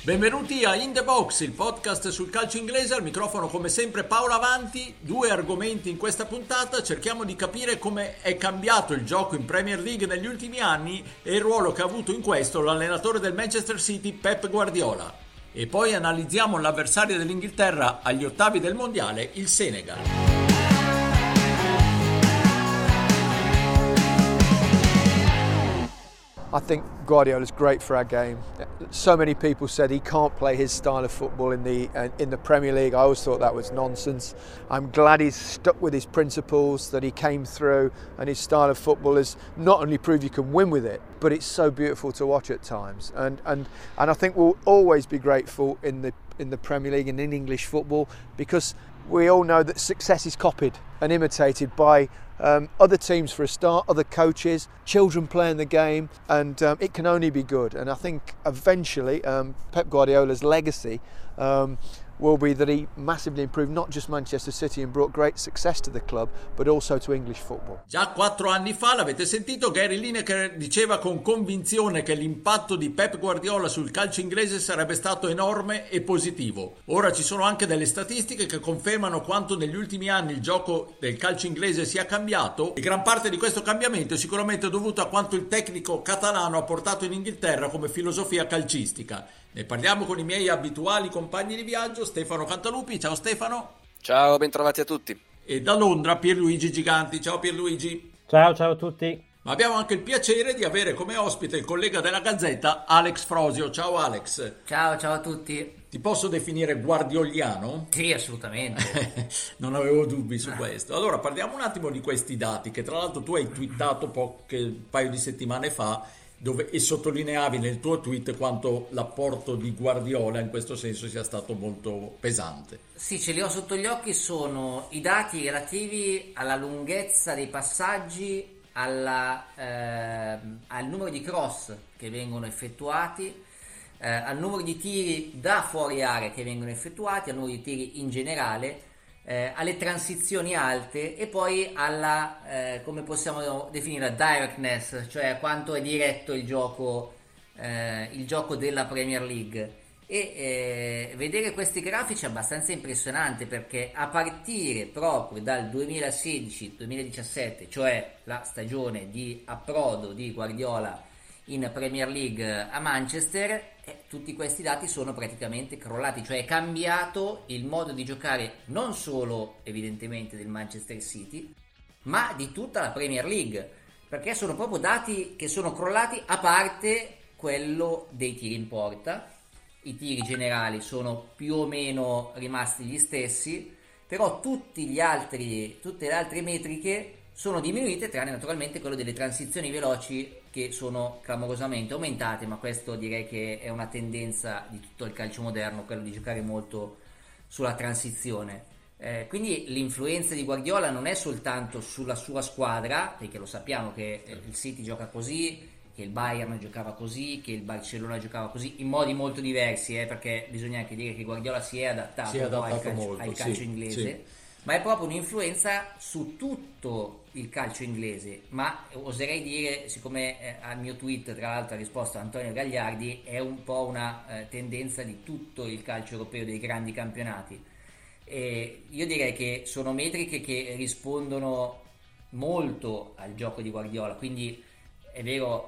Benvenuti a In The Box, il podcast sul calcio inglese. Al microfono come sempre Paolo Avanti. Due argomenti in questa puntata. Cerchiamo di capire come è cambiato il gioco in Premier League negli ultimi anni e il ruolo che ha avuto in questo l'allenatore del Manchester City Pep Guardiola. E poi analizziamo l'avversario dell'Inghilterra agli ottavi del mondiale, il Senegal. I think Guardiola's great for our game. So many people said he can't play his style of football in the Premier League. I always thought that was nonsense. I'm glad he's stuck with his principles, that he came through, and his style of football has not only proved you can win with it, but it's so beautiful to watch at times. And I think we'll always be grateful in the Premier League and in English football, because we all know that success is copied and imitated by other teams for a start, other coaches, children playing the game, and it can only be good. And I think eventually Pep Guardiola's legacy will be that he massively improved not just Manchester City and brought great success to the club, but also to English football. Già 4 anni fa, l'avete sentito, Gary Lineker diceva con convinzione che l'impatto di Pep Guardiola sul calcio inglese sarebbe stato enorme e positivo. Ora ci sono anche delle statistiche che confermano quanto negli ultimi anni il gioco del calcio inglese sia cambiato, e gran parte di questo cambiamento è sicuramente dovuto a quanto il tecnico catalano ha portato in Inghilterra come filosofia calcistica. Ne parliamo con i miei abituali compagni di viaggio, Stefano Cantalupi. Ciao Stefano. Ciao, bentrovati a tutti. E da Londra Pierluigi Giganti. Ciao Pierluigi. Ciao a tutti. Ma abbiamo anche il piacere di avere come ospite il collega della Gazzetta Alex Frosio. Ciao Alex. Ciao a tutti. Ti posso definire guardioliano? Sì, assolutamente. Non avevo dubbi su questo. Allora parliamo un attimo di questi dati che tra l'altro tu hai twittato un paio di settimane fa, e sottolineavi nel tuo tweet quanto l'apporto di Guardiola in questo senso sia stato molto pesante. Sì, ce li ho sotto gli occhi, sono i dati relativi alla lunghezza dei passaggi, al numero di cross che vengono effettuati, al numero di tiri da fuori area che vengono effettuati, al numero di tiri in generale, alle transizioni alte e poi alla come possiamo definire, directness, cioè quanto è diretto il gioco della Premier League. E vedere questi grafici è abbastanza impressionante, perché a partire proprio dal 2016-2017, cioè la stagione di approdo di Guardiola in Premier League a Manchester, tutti questi dati sono praticamente crollati, cioè è cambiato il modo di giocare non solo evidentemente del Manchester City, ma di tutta la Premier League, perché sono proprio dati che sono crollati, a parte quello dei tiri in porta. I tiri generali sono più o meno rimasti gli stessi, però tutte le altre metriche sono diminuite, tranne naturalmente quello delle transizioni veloci, che sono clamorosamente aumentate, ma questo direi che è una tendenza di tutto il calcio moderno, quello di giocare molto sulla transizione. Quindi l'influenza di Guardiola non è soltanto sulla sua squadra, perché lo sappiamo che il City gioca così, che il Bayern giocava così, che il Barcellona giocava così, in modi molto diversi, perché bisogna anche dire che Guardiola si è adattato al calcio inglese, sì. Ma è proprio un'influenza su tutto il calcio inglese, ma oserei dire, siccome al mio tweet tra l'altro ha risposto Antonio Gagliardi, è un po' una tendenza di tutto il calcio europeo, dei grandi campionati. E io direi che sono metriche che rispondono molto al gioco di Guardiola, quindi è vero,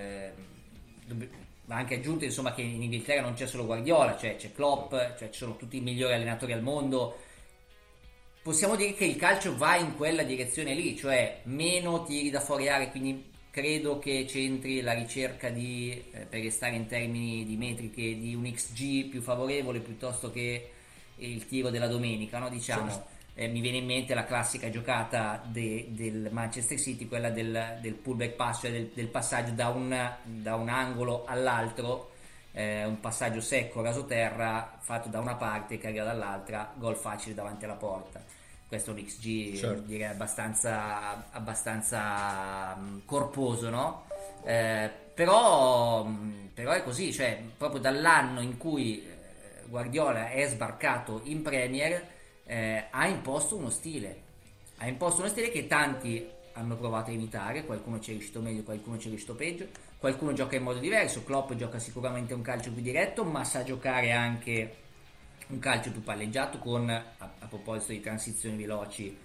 va anche aggiunto insomma che in Inghilterra non c'è solo Guardiola, cioè c'è Klopp, cioè ci sono tutti i migliori allenatori al mondo. Possiamo dire che il calcio va in quella direzione lì, cioè meno tiri da fuori area, quindi credo che c'entri la ricerca per restare in termini di metriche, di un XG più favorevole piuttosto che il tiro della domenica, no? Diciamo. Mi viene in mente la classica giocata del Manchester City, quella del pullback pass, cioè del passaggio da un angolo all'altro, un passaggio secco rasoterra fatto da una parte che arriva dall'altra, gol facile davanti alla porta. Questo è un XG, certo, direi abbastanza corposo, no? Però è così, cioè proprio dall'anno in cui Guardiola è sbarcato in Premier, ha imposto uno stile che tanti hanno provato a imitare, qualcuno ci è riuscito meglio, qualcuno ci è riuscito peggio, qualcuno gioca in modo diverso. Klopp gioca sicuramente un calcio più diretto, ma sa giocare anche un calcio più palleggiato con, a proposito di transizioni veloci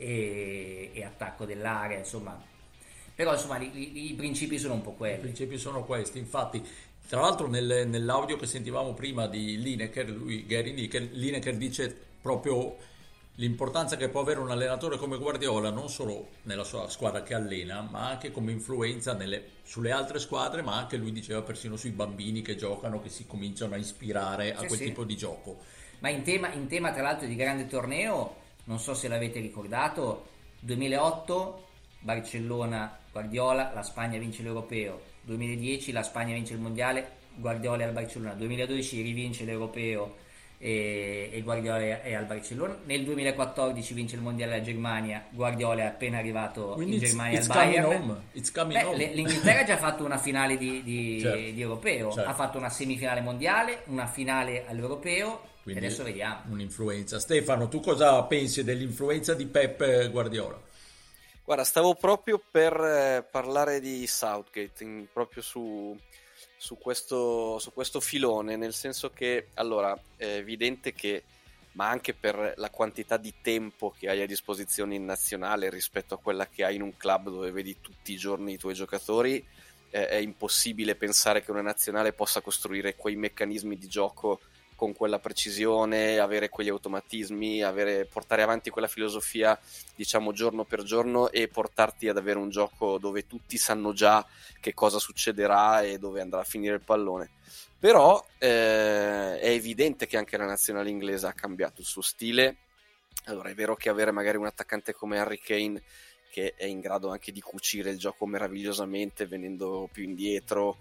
e attacco dell'area, insomma. Però insomma i principi sono un po' I quelli. principi sono questi, infatti. Tra l'altro nell'audio che sentivamo prima di Lineker, Lineker dice proprio l'importanza che può avere un allenatore come Guardiola non solo nella sua squadra che allena, ma anche come influenza sulle altre squadre, ma anche lui diceva persino sui bambini che giocano, che si cominciano a ispirare a Sì, quel sì. tipo di gioco. Ma in tema tra l'altro di grande torneo, non so se l'avete ricordato, 2008 Barcellona, Guardiola, la Spagna vince l'Europeo, 2010 la Spagna vince il Mondiale, Guardiola è al Barcellona, 2012 rivince l'Europeo e Guardiola è al Barcellona, nel 2014 vince il Mondiale la Germania, Guardiola è appena arrivato Quindi in Germania al it's coming Bayern. home, it's coming Beh, home. l'Inghilterra ha già fatto una finale di Certo, europeo, ha certo. fatto una semifinale mondiale, una finale all'europeo e Quindi adesso vediamo. un'influenza. Stefano, tu cosa pensi dell'influenza di Pep Guardiola? Guarda, stavo proprio per parlare di Southgate, proprio su questo filone, nel senso che, allora, è evidente che, ma anche per la quantità di tempo che hai a disposizione in nazionale rispetto a quella che hai in un club dove vedi tutti i giorni i tuoi giocatori, è impossibile pensare che una nazionale possa costruire quei meccanismi di gioco con quella precisione, avere quegli automatismi, portare avanti quella filosofia, diciamo, giorno per giorno e portarti ad avere un gioco dove tutti sanno già che cosa succederà e dove andrà a finire il pallone. Però è evidente che anche la nazionale inglese ha cambiato il suo stile. Allora, è vero che avere magari un attaccante come Harry Kane, che è in grado anche di cucire il gioco meravigliosamente, venendo più indietro,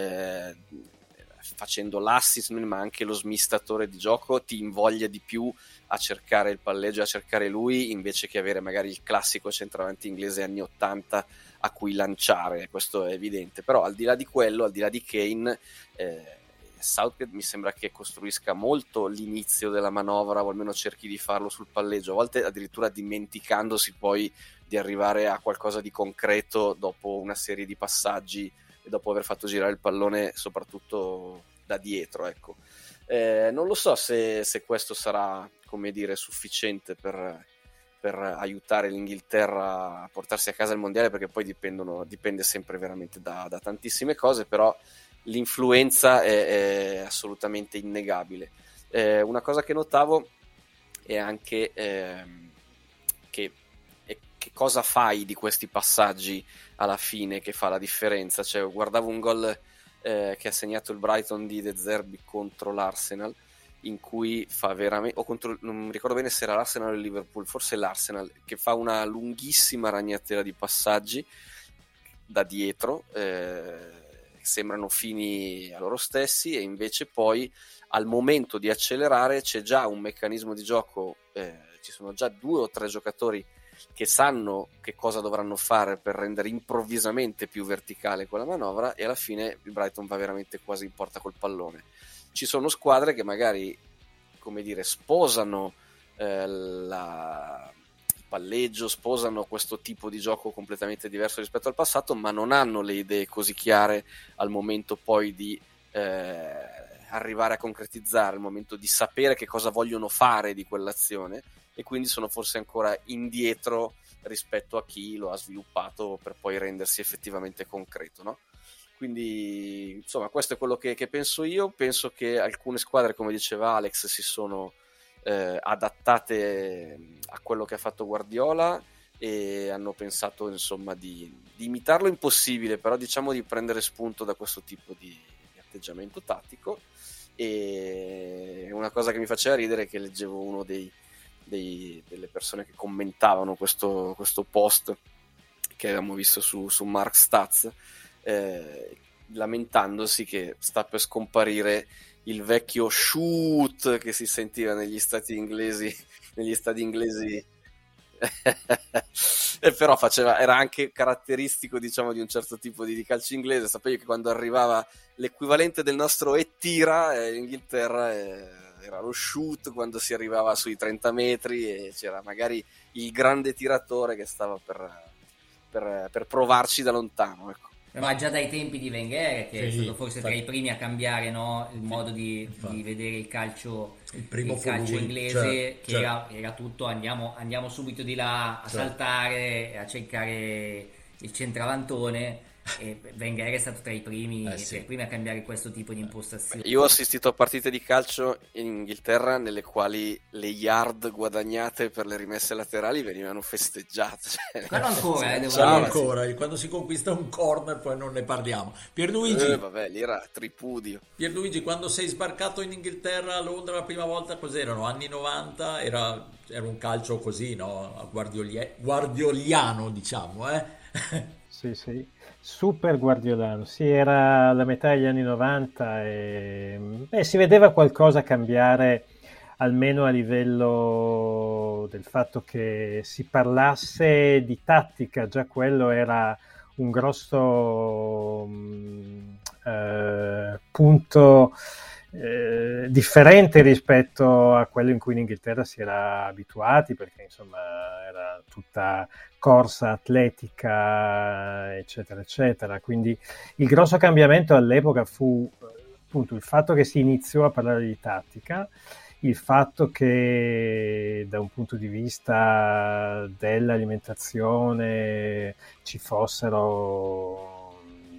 facendo l'assist, ma anche lo smistatore di gioco, ti invoglia di più a cercare il palleggio, a cercare lui, invece che avere magari il classico centravanti inglese anni 80 a cui lanciare. Questo è evidente. Però al di là di quello, al di là di Kane, Southgate mi sembra che costruisca molto l'inizio della manovra, o almeno cerchi di farlo sul palleggio, a volte addirittura dimenticandosi poi di arrivare a qualcosa di concreto dopo una serie di passaggi e dopo aver fatto girare il pallone soprattutto da dietro, ecco. Non lo so se questo sarà, come dire, sufficiente per aiutare l'Inghilterra a portarsi a casa il mondiale, perché poi dipende sempre veramente da tantissime cose, però l'influenza è assolutamente innegabile. Una cosa che notavo è anche che cosa fai di questi passaggi alla fine che fa la differenza. Cioè, guardavo un gol che ha segnato il Brighton di De Zerbi contro l'Arsenal, in cui fa veramente, non mi ricordo bene se era l'Arsenal o il Liverpool, forse l'Arsenal, che fa una lunghissima ragnatela di passaggi da dietro, sembrano fini a loro stessi, e invece poi al momento di accelerare c'è già un meccanismo di gioco, ci sono già 2 o 3 giocatori che sanno che cosa dovranno fare per rendere improvvisamente più verticale quella manovra, e alla fine il Brighton va veramente quasi in porta col pallone. Ci sono squadre che magari, come dire, sposano il palleggio, sposano questo tipo di gioco completamente diverso rispetto al passato, ma non hanno le idee così chiare al momento poi di arrivare a concretizzare, al momento di sapere che cosa vogliono fare di quell'azione, e quindi sono forse ancora indietro rispetto a chi lo ha sviluppato per poi rendersi effettivamente concreto, no? Quindi, insomma, questo è quello che penso io. Penso che alcune squadre, come diceva Alex, si sono adattate a quello che ha fatto Guardiola e hanno pensato, insomma, di imitarlo impossibile, però diciamo di prendere spunto da questo tipo di atteggiamento tattico. E una cosa che mi faceva ridere è che leggevo uno delle persone che commentavano questo post che avevamo visto su Mark Stats, lamentandosi che sta per scomparire il vecchio shoot che si sentiva negli stadi inglesi e però era anche caratteristico, diciamo, di un certo tipo di calcio inglese. Sapevi che quando arrivava l'equivalente del nostro e tira in Inghilterra era lo shoot quando si arrivava sui 30 metri, e c'era magari il grande tiratore che stava per per provarci da lontano, ecco. Ma già dai tempi di Wenger, che è Sì, stato forse tra i primi a cambiare, no, il modo di vedere il calcio, primo fu calcio lui, inglese, che certo. era tutto andiamo subito di là a Certo. saltare, a cercare il centravantone, e Wenger è stato tra i primi Sì. a cambiare questo tipo di impostazione. Io ho assistito a partite di calcio in Inghilterra nelle quali le yard guadagnate per le rimesse laterali venivano festeggiate. Quello ancora, devo Quello dire. ancora, quando si conquista un corner poi non ne parliamo. Pierluigi, Vabbè, lì era tripudio. quando sei sbarcato in Inghilterra a Londra la prima volta, cos'erano? Anni 90? Era un calcio così, no? Guardioliano, diciamo, Sì, sì, super guardiolano. Sì, era la metà degli anni 90 e si vedeva qualcosa cambiare, almeno a livello del fatto che si parlasse di tattica. Già quello era un grosso punto differente rispetto a quello in cui in Inghilterra si era abituati, perché insomma era tutta corsa atletica, eccetera, eccetera. Quindi il grosso cambiamento all'epoca fu appunto il fatto che si iniziò a parlare di tattica, il fatto che da un punto di vista dell'alimentazione ci fossero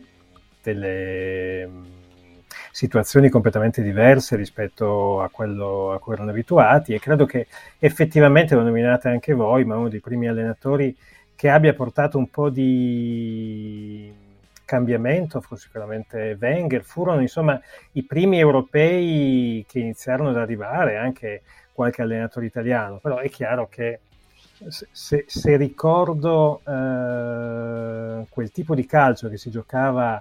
delle situazioni completamente diverse rispetto a quello a cui erano abituati, e credo che effettivamente, lo nominate anche voi, ma uno dei primi allenatori che abbia portato un po' di cambiamento fu sicuramente Wenger. Furono insomma i primi europei che iniziarono ad arrivare, anche qualche allenatore italiano, però è chiaro che se ricordo quel tipo di calcio che si giocava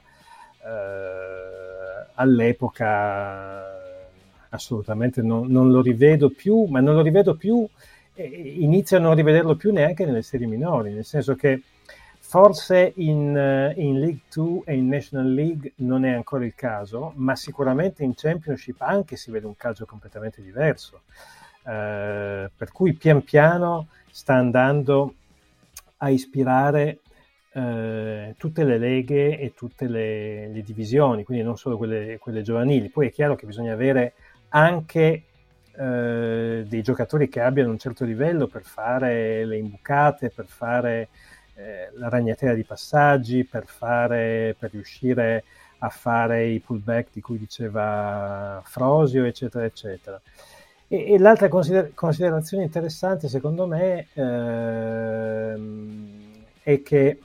all'epoca, assolutamente non lo rivedo più, ma non lo rivedo più, inizio a non rivederlo più neanche nelle serie minori, nel senso che forse in League 2 e in National League non è ancora il caso, ma sicuramente in Championship anche si vede un calcio completamente diverso, per cui pian piano sta andando a ispirare tutte le leghe e tutte le divisioni, quindi non solo quelle giovanili. Poi è chiaro che bisogna avere anche dei giocatori che abbiano un certo livello per fare le imbucate, per fare la ragnatela di passaggi, per riuscire a fare i pullback di cui diceva Frosio, eccetera, eccetera. E l'altra considerazione interessante, secondo me, è che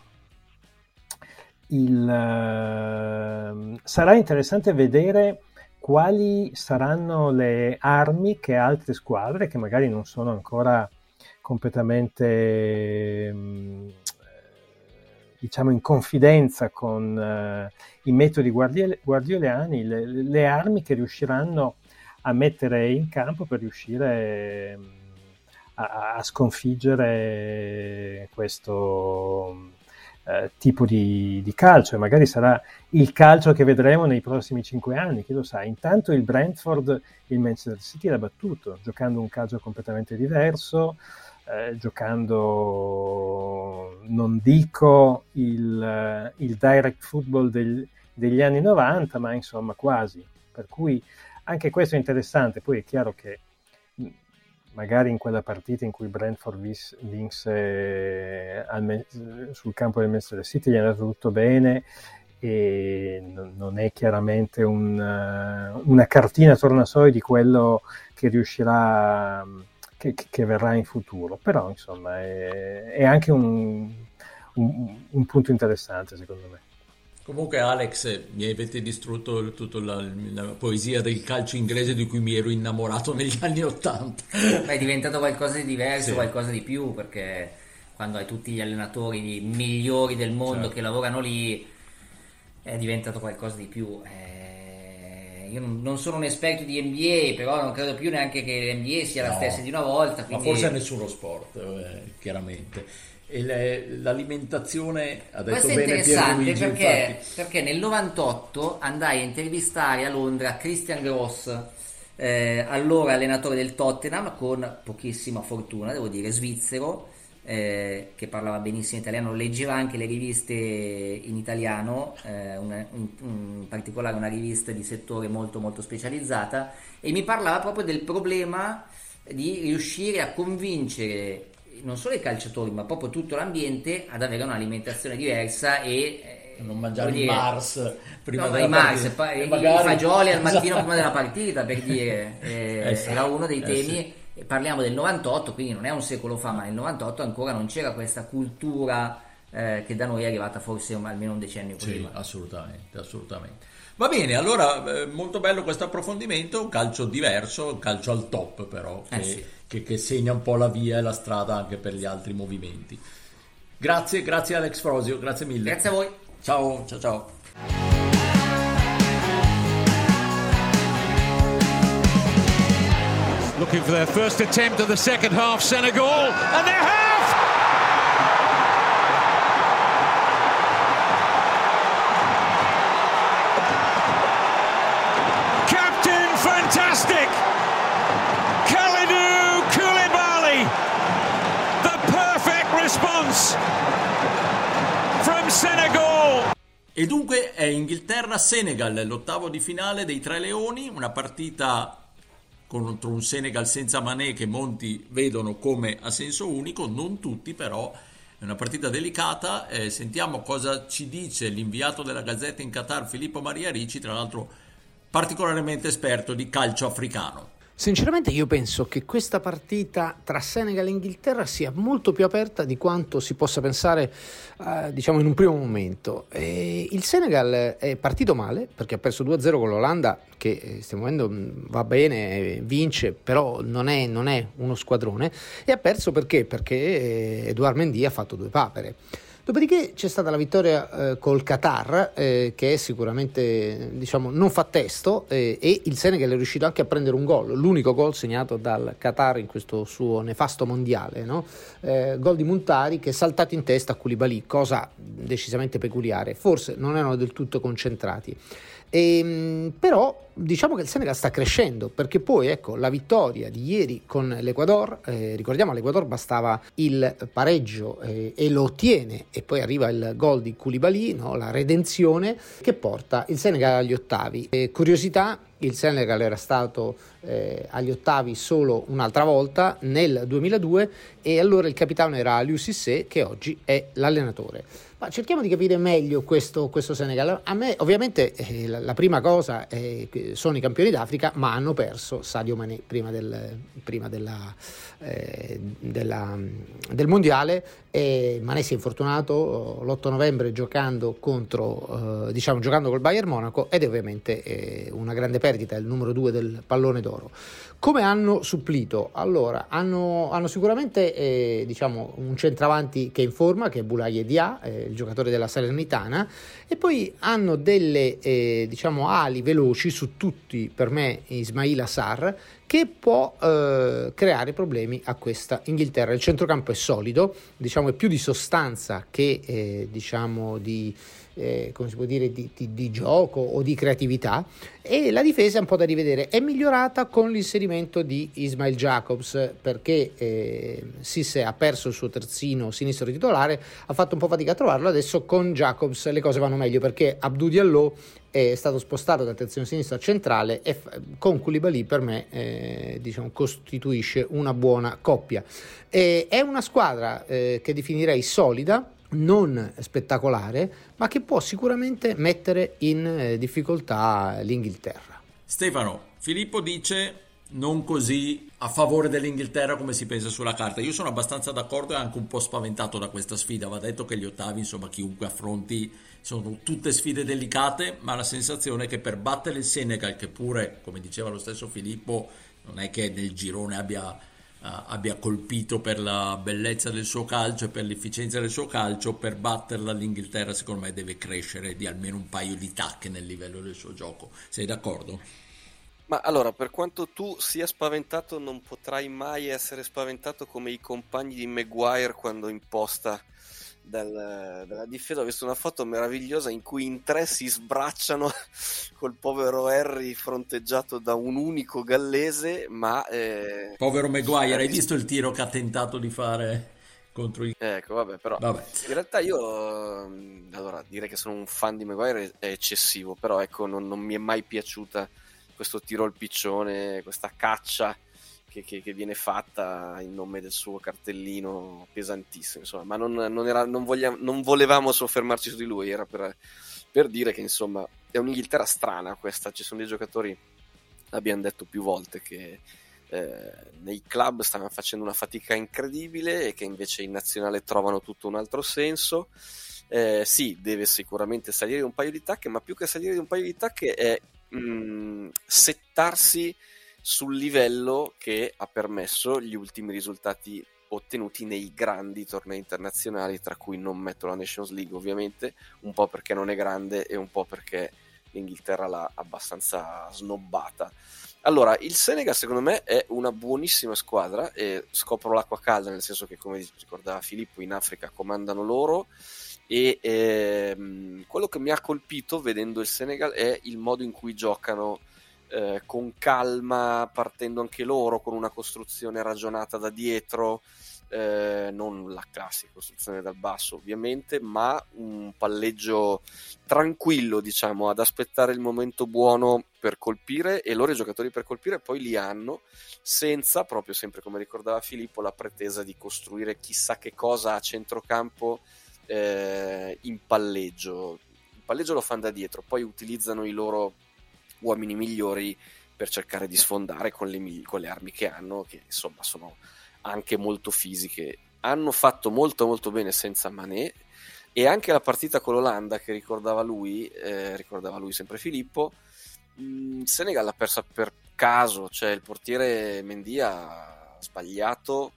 sarà interessante vedere quali saranno le armi che altre squadre, che magari non sono ancora completamente diciamo in confidenza con i metodi guardioliani, le armi che riusciranno a mettere in campo per riuscire a sconfiggere questo tipo di calcio, e magari sarà il calcio che vedremo nei prossimi 5 anni, chi lo sa. Intanto il Brentford, il Manchester City l'ha battuto, giocando un calcio completamente diverso, giocando, non dico il direct football degli anni 90, ma insomma quasi, per cui anche questo è interessante. Poi è chiaro che magari in quella partita in cui Brentford vinse sul campo del Manchester City gli è andato tutto bene, e non è chiaramente una cartina tornasole di quello che riuscirà, che verrà in futuro, però insomma è anche un punto interessante, secondo me. Comunque Alex, mi avete distrutto tutta la poesia del calcio inglese di cui mi ero innamorato negli anni '80. Ma è diventato qualcosa di diverso, Sì. qualcosa di più, perché quando hai tutti gli allenatori migliori del mondo, Certo, che lavorano lì, è diventato qualcosa di più. Io non sono un esperto di NBA, però non credo più neanche che l'NBA sia la no, stessa di una volta. ma Quindi forse nessuno sport, chiaramente. E l'alimentazione, ha detto questo è bene interessante Pierluigi, infatti. perché nel 98 andai a intervistare a Londra Christian Gross, allora allenatore del Tottenham, con pochissima fortuna, devo dire, svizzero, che parlava benissimo italiano, leggeva anche le riviste in italiano, in particolare una rivista di settore molto molto specializzata, e mi parlava proprio del problema di riuscire a convincere non solo i calciatori ma proprio tutto l'ambiente ad avere un'alimentazione diversa e non mangiare i Mars prima della partita, i fagioli al mattino prima della partita, per dire, era uno dei temi. Parliamo del 98, quindi non è un secolo fa, ma nel 98 ancora non c'era questa cultura che da noi è arrivata forse almeno un decennio prima. Sì, assolutamente. Va bene, allora molto bello questo approfondimento, un calcio diverso, un calcio al top però, che segna un po' la via e la strada anche per gli altri movimenti. Grazie Alex Frosio, grazie mille. Grazie a voi. Ciao. Looking for their first attempt of the second half, Senegal, and they have! Captain Fantastic! Kalidou Koulibaly! The perfect response from Senegal! E dunque è Inghilterra-Senegal, l'ottavo di finale dei Tre Leoni, una partita contro un Senegal senza Mané che molti vedono come a senso unico, non tutti però, è una partita delicata. Sentiamo cosa ci dice l'inviato della Gazzetta in Qatar, Filippo Maria Ricci, tra l'altro particolarmente esperto di calcio africano. Sinceramente io penso che questa partita tra Senegal e Inghilterra sia molto più aperta di quanto si possa pensare in un primo momento. Il Senegal è partito male perché ha perso 2-0 con l'Olanda, che stiamo vedendo va bene, vince, però non è uno squadrone, e ha perso perché Edouard Mendy ha fatto 2 papere. Dopodiché c'è stata la vittoria col Qatar, che è sicuramente non fa testo, e il Senegal è riuscito anche a prendere un gol, l'unico gol segnato dal Qatar in questo suo nefasto mondiale, no? Gol di Muntari che è saltato in testa a Koulibaly, cosa decisamente peculiare, forse non erano del tutto concentrati. Però diciamo che il Senegal sta crescendo, perché poi la vittoria di ieri con l'Ecuador, ricordiamo all'Ecuador bastava il pareggio e lo ottiene, e poi arriva il gol di Koulibaly, no? La redenzione che porta il Senegal agli ottavi. Curiosità, il Senegal era stato agli ottavi solo un'altra volta nel 2002, e allora il capitano era Aliou Cissé, che oggi è l'allenatore. Ma cerchiamo di capire meglio questo Senegal. A me ovviamente la prima cosa è che sono i campioni d'Africa, ma hanno perso Sadio Mané prima del mondiale, e Mané si è infortunato l'8 novembre giocando col Bayern Monaco, ed è ovviamente una grande perdita, il numero 2 del pallone d'oro. Come hanno supplito? Allora, hanno sicuramente un centravanti che è in forma, che è Boulaye Dia, il giocatore della Salernitana, e poi hanno delle ali veloci, su tutti per me Ismaila Sarr, che può creare problemi a questa Inghilterra. Il centrocampo è solido, è più di sostanza che di gioco o di creatività, e la difesa è un po' da rivedere. È migliorata con l'inserimento di Ismail Jacobs, perché Cissé ha perso il suo terzino sinistro titolare, ha fatto un po' fatica a trovarlo. Adesso con Jacobs le cose vanno meglio, perché Abdou Diallo è stato spostato da terzino sinistro a centrale, e con Koulibaly per me costituisce una buona coppia. È una squadra che definirei solida, non spettacolare, ma che può sicuramente mettere in difficoltà l'Inghilterra. Stefano, Filippo dice non così a favore dell'Inghilterra come si pensa sulla carta. Io sono abbastanza d'accordo e anche un po' spaventato da questa sfida. Va detto che gli ottavi, chiunque affronti, sono tutte sfide delicate, ma la sensazione è che per battere il Senegal, che pure, come diceva lo stesso Filippo, non è che nel girone abbia colpito per la bellezza del suo calcio e per l'efficienza del suo calcio, per batterla l'Inghilterra secondo me deve crescere di almeno un paio di tacche nel livello del suo gioco. Sei d'accordo? Ma allora, per quanto tu sia spaventato, non potrai mai essere spaventato come i compagni di Maguire quando in posta della difesa. Ho visto una foto meravigliosa in cui in 3 si sbracciano col povero Harry fronteggiato da un unico gallese, ma povero Maguire, hai visto il tiro che ha tentato di fare contro i... Ecco, vabbè, però Vabbè. in realtà io, allora, dire che sono un fan di Maguire è eccessivo, però ecco, non mi è mai piaciuta questo tiro al piccione, questa caccia che viene fatta in nome del suo cartellino pesantissimo, insomma, ma non volevamo soffermarci su di lui, era per dire che insomma è un'Inghilterra strana questa, ci sono dei giocatori, l'abbiamo detto più volte, che nei club stanno facendo una fatica incredibile e che invece in nazionale trovano tutto un altro senso. Sì, deve sicuramente salire un paio di tacche, ma più che salire di un paio di tacche è settarsi sul livello che ha permesso gli ultimi risultati ottenuti nei grandi tornei internazionali, tra cui non metto la Nations League ovviamente, un po' perché non è grande e un po' perché l'Inghilterra l'ha abbastanza snobbata. Allora, il Senegal secondo me è una buonissima squadra e scopro l'acqua calda, nel senso che, come ricordava Filippo, in Africa comandano loro, e quello che mi ha colpito vedendo il Senegal è il modo in cui giocano, con calma, partendo anche loro con una costruzione ragionata da dietro, non la classica costruzione dal basso ovviamente, ma un palleggio tranquillo, diciamo, ad aspettare il momento buono per colpire, e loro i giocatori per colpire poi li hanno, senza, proprio sempre come ricordava Filippo, la pretesa di costruire chissà che cosa a centrocampo in palleggio. Il palleggio lo fanno da dietro, poi utilizzano i loro uomini migliori per cercare di sfondare con le armi che hanno, che insomma sono anche molto fisiche. Hanno fatto molto molto bene senza Mané, e anche la partita con l'Olanda che ricordava lui sempre Filippo, Senegal l'ha persa per caso, cioè il portiere Mendy ha sbagliato,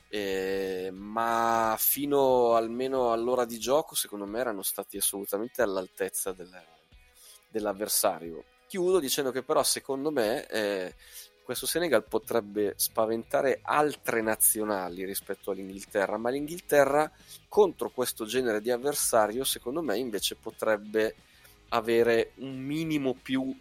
ma fino almeno all'ora di gioco secondo me erano stati assolutamente all'altezza dell'avversario. Chiudo dicendo che però secondo me questo Senegal potrebbe spaventare altre nazionali rispetto all'Inghilterra, ma l'Inghilterra contro questo genere di avversario secondo me invece potrebbe avere un minimo più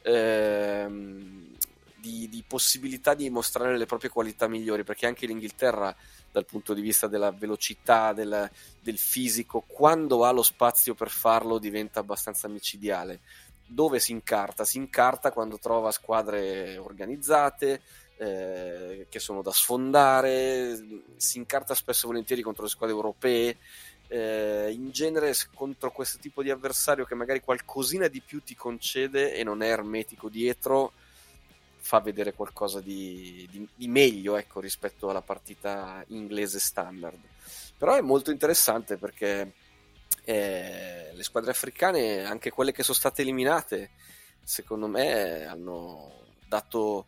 di possibilità di mostrare le proprie qualità migliori, perché anche l'Inghilterra dal punto di vista della velocità, del fisico, quando ha lo spazio per farlo diventa abbastanza micidiale. Dove si incarta? Si incarta quando trova squadre organizzate, che sono da sfondare, si incarta spesso e volentieri contro le squadre europee, in genere contro questo tipo di avversario che magari qualcosina di più ti concede e non è ermetico dietro, fa vedere qualcosa di meglio, ecco, rispetto alla partita inglese standard. Però è molto interessante perché le squadre africane, anche quelle che sono state eliminate, secondo me hanno dato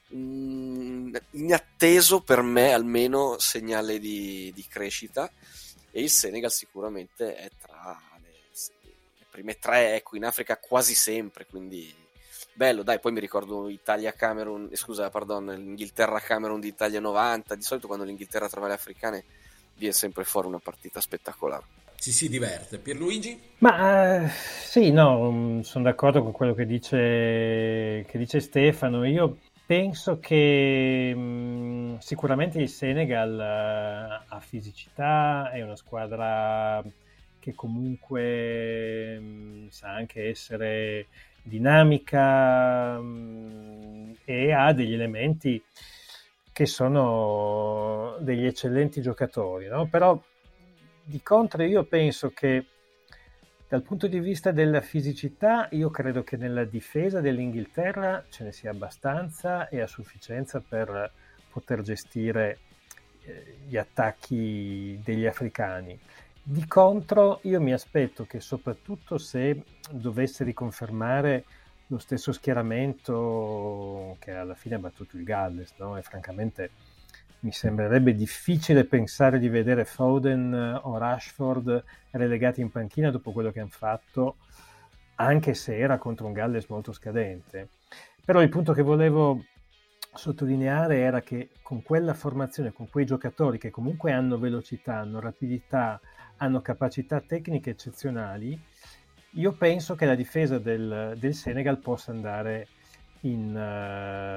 inatteso, per me almeno, segnale di crescita, e il Senegal sicuramente è tra le prime tre, ecco, in Africa quasi sempre, quindi bello, dai. Poi mi ricordo l'Inghilterra-Camerun di Italia 90, di solito quando l'Inghilterra trova le africane viene sempre fuori una partita spettacolare. Ci si diverte. Pierluigi? Ma sì, no, sono d'accordo con quello che dice Stefano. Io penso che sicuramente il Senegal ha fisicità, è una squadra che comunque sa anche essere dinamica, e ha degli elementi che sono degli eccellenti giocatori, no? Però di contro io penso che dal punto di vista della fisicità, io credo che nella difesa dell'Inghilterra ce ne sia abbastanza e a sufficienza per poter gestire gli attacchi degli africani. Di contro io mi aspetto che, soprattutto se dovesse riconfermare lo stesso schieramento che alla fine ha battuto il Galles, no? E francamente mi sembrerebbe difficile pensare di vedere Foden o Rashford relegati in panchina dopo quello che hanno fatto, anche se era contro un Galles molto scadente. Però il punto che volevo sottolineare era che con quella formazione, con quei giocatori che comunque hanno velocità, hanno rapidità, hanno capacità tecniche eccezionali, io penso che la difesa del Senegal possa andare in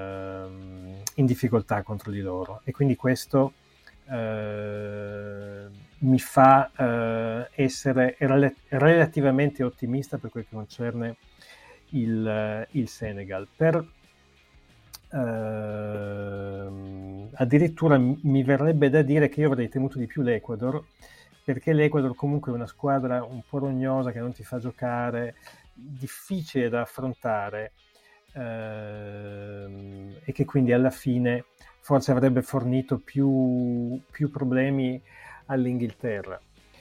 difficoltà contro di loro, e quindi questo mi fa essere relativamente ottimista per quel che concerne il Senegal. Addirittura mi verrebbe da dire che io avrei temuto di più l'Ecuador, perché l'Ecuador comunque è una squadra un po' rognosa, che non ti fa giocare, difficile da affrontare, e che quindi alla fine forse avrebbe fornito più problemi all'Inghilterra.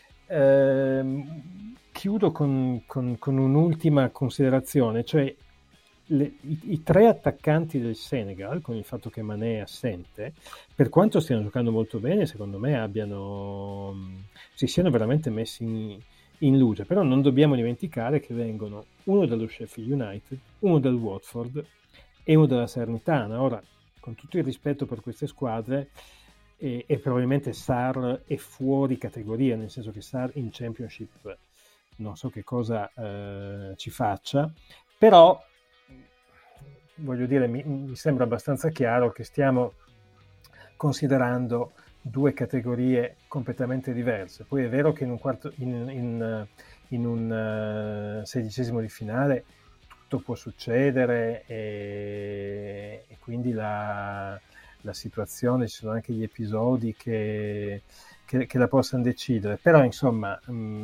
Chiudo con un'ultima considerazione, cioè i tre attaccanti del Senegal, con il fatto che Mané è assente, per quanto stiano giocando molto bene, secondo me si siano veramente messi in luce, però non dobbiamo dimenticare che vengono uno dallo Sheffield United, uno dal Watford e uno dalla Salernitana. Ora, con tutto il rispetto per queste squadre, e probabilmente Sarr è fuori categoria, nel senso che Sarr in Championship non so che cosa ci faccia, però voglio dire, mi sembra abbastanza chiaro che stiamo considerando due categorie completamente diverse. Poi è vero che in un sedicesimo di finale tutto può succedere, e quindi la situazione, ci sono anche gli episodi che la possano decidere, però insomma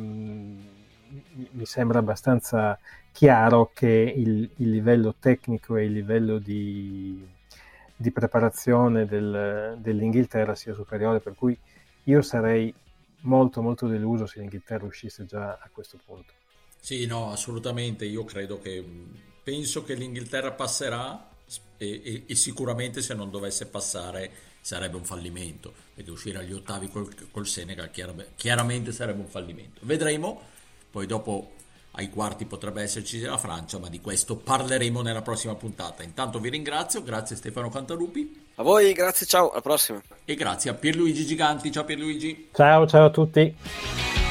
mi sembra abbastanza chiaro che il livello tecnico e il livello di preparazione dell'Inghilterra sia superiore, per cui io sarei molto molto deluso se l'Inghilterra uscisse già a questo punto. Sì, no, assolutamente, penso che l'Inghilterra passerà, e sicuramente se non dovesse passare sarebbe un fallimento, perché uscire agli ottavi col Senegal chiaramente sarebbe un fallimento. Vedremo, poi dopo ai quarti potrebbe esserci la Francia, ma di questo parleremo nella prossima puntata. Intanto vi ringrazio, grazie Stefano Cantalupi. A voi, grazie, ciao, alla prossima. E grazie a Pierluigi Giganti. Ciao Pierluigi. Ciao a tutti.